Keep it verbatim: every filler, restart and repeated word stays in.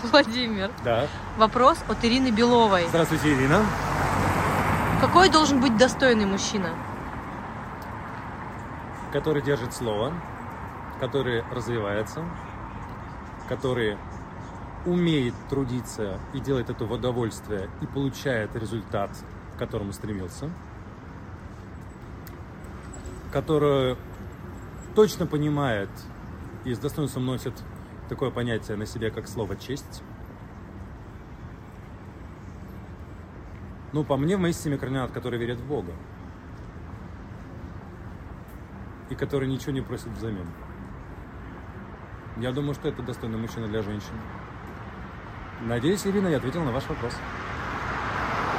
Владимир. Да. Вопрос от Ирины Беловой. Здравствуйте, Ирина. Какой должен быть достойный мужчина? Который держит слово, который развивается, который умеет трудиться и делает это в удовольствие и получает результат, к которому стремился, который точно понимает и с достоинством носит такое понятие на себе, как слово «честь». Ну, по мне, в моей системе координат, который верит в Бога и который ничего не просит взамен. Я думаю, что это достойный мужчина для женщин. Надеюсь, Ирина, я ответил на ваш вопрос.